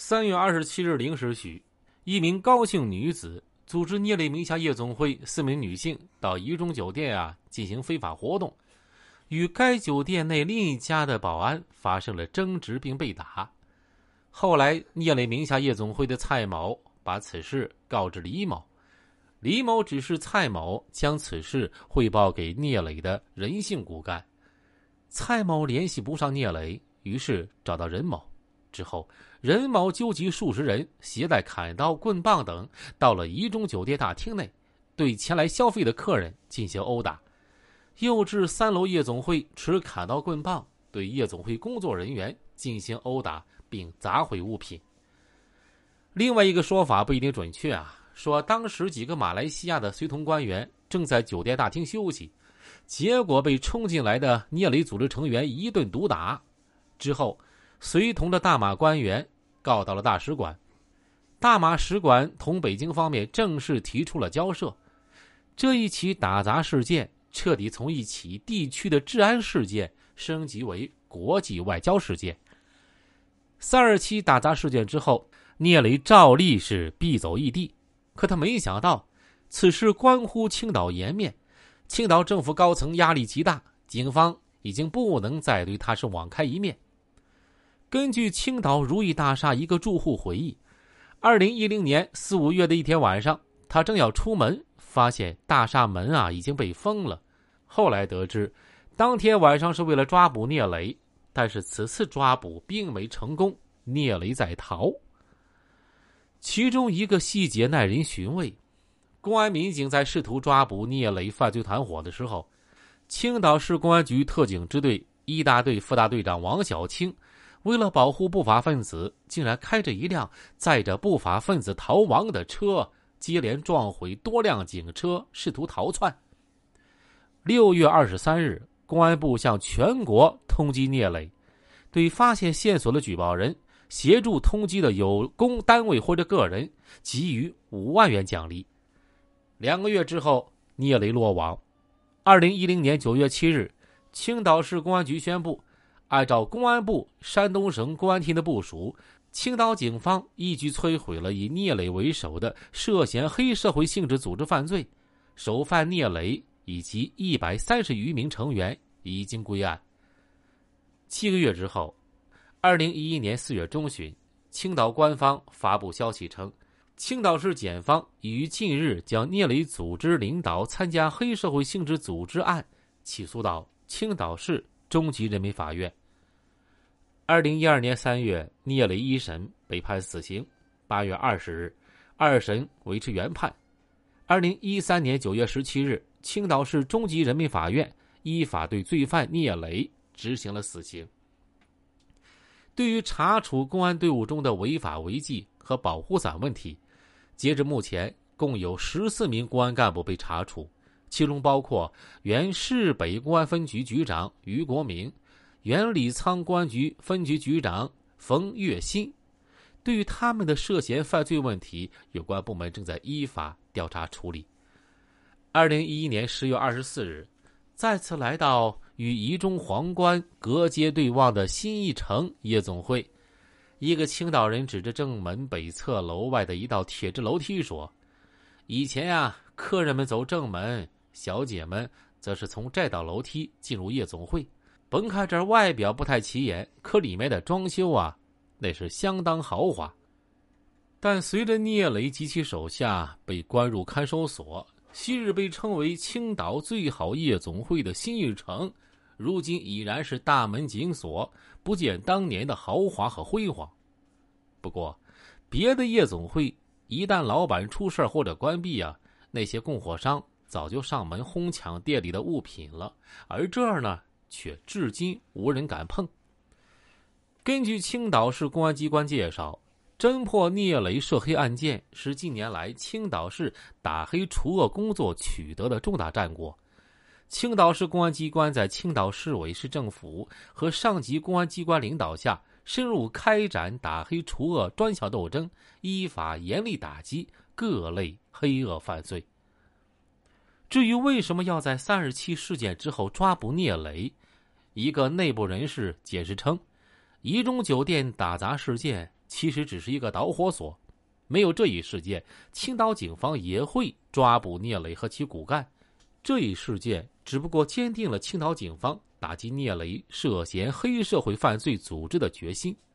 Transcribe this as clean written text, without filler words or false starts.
3月27日零时许，一名高姓女子组织聂磊名下夜总会4名女性到怡中酒店进行非法活动，与该酒店内另一家的保安发生了争执并被打。后来聂磊名下夜总会的蔡某把此事告知李某，李某指示蔡某将此事汇报给聂磊的人性骨干。蔡某联系不上聂磊，于是找到任某。之后任某纠集数十人，携带砍刀、棍棒等，到了怡中酒店大厅内，对前来消费的客人进行殴打，又至3楼夜总会持砍刀、棍棒对夜总会工作人员进行殴打并砸毁物品。另外一个说法不一定准确说当时几个马来西亚的随同官员正在酒店大厅休息，结果被冲进来的聂磊组织成员一顿毒打。之后随同的大马官员告到了大使馆，大马使馆同北京方面正式提出了交涉。这一起打砸事件彻底从一起地区的治安事件升级为国际外交事件。327打砸事件之后，聂磊照例是避走异地，可他没想到此事关乎青岛颜面，青岛政府高层压力极大，警方已经不能再对他是网开一面。根据青岛如意大厦一个住户回忆，2010年4、5月的一天晚上，他正要出门，发现大厦门已经被封了。后来得知，当天晚上是为了抓捕聂磊，但是此次抓捕并没成功，聂磊在逃。其中一个细节耐人寻味，公安民警在试图抓捕聂磊犯罪团伙的时候，青岛市公安局特警支队1大队副大队长王小青为了保护不法分子，竟然开着一辆载着不法分子逃亡的车，接连撞毁多辆警车，试图逃窜。6月23日，公安部向全国通缉聂磊，对发现线索的举报人、协助通缉的有功单位或者个人给予5万元奖励。2个月之后，聂磊落网。2010年9月7日，青岛市公安局宣布，按照公安部山东省公安厅的部署，青岛警方一举摧毁了以聂磊为首的涉嫌黑社会性质组织犯罪，首犯聂磊以及130余名成员已经归案。7个月之后，2011年4月中旬，青岛官方发布消息称，青岛市检方已于近日将聂磊组织领导参加黑社会性质组织案起诉到青岛市中级人民法院。2012年3月，聂磊一审被判死刑。8月20日，二审维持原判。2013年9月17日，青岛市中级人民法院依法对罪犯聂磊执行了死刑。对于查处公安队伍中的违法违纪和保护伞问题，截至目前共有14名公安干部被查处，其中包括原市北公安分局局长于国明，原李沧公安局分局局长冯月新。对于他们的涉嫌犯罪问题，有关部门正在依法调查处理。2011年10月24日，再次来到与怡中皇冠隔街对望的新一城夜总会，一个青岛人指着正门北侧楼外的一道铁质楼梯说，以前客人们走正门，小姐们则是从这道楼梯进入夜总会。甭看这外表不太起眼，可里面的装修那是相当豪华。但随着聂磊及其手下被关入看守所，昔日被称为青岛最好夜总会的新一城，如今已然是大门紧锁，不见当年的豪华和辉煌。不过别的夜总会一旦老板出事或者关闭那些供货商早就上门哄抢店里的物品了，而这儿呢却至今无人敢碰。根据青岛市公安机关介绍，侦破聂磊涉黑案件是近年来青岛市打黑除恶工作取得的重大战果。青岛市公安机关在青岛市委市政府和上级公安机关领导下，深入开展打黑除恶专项斗争，依法严厉打击各类黑恶犯罪。至于为什么要在327事件之后抓捕聂磊，一个内部人士解释称，怡中酒店打砸事件其实只是一个导火索。没有这一事件，青岛警方也会抓捕聂磊和其骨干。这一事件只不过坚定了青岛警方打击聂磊涉嫌黑社会犯罪组织的决心。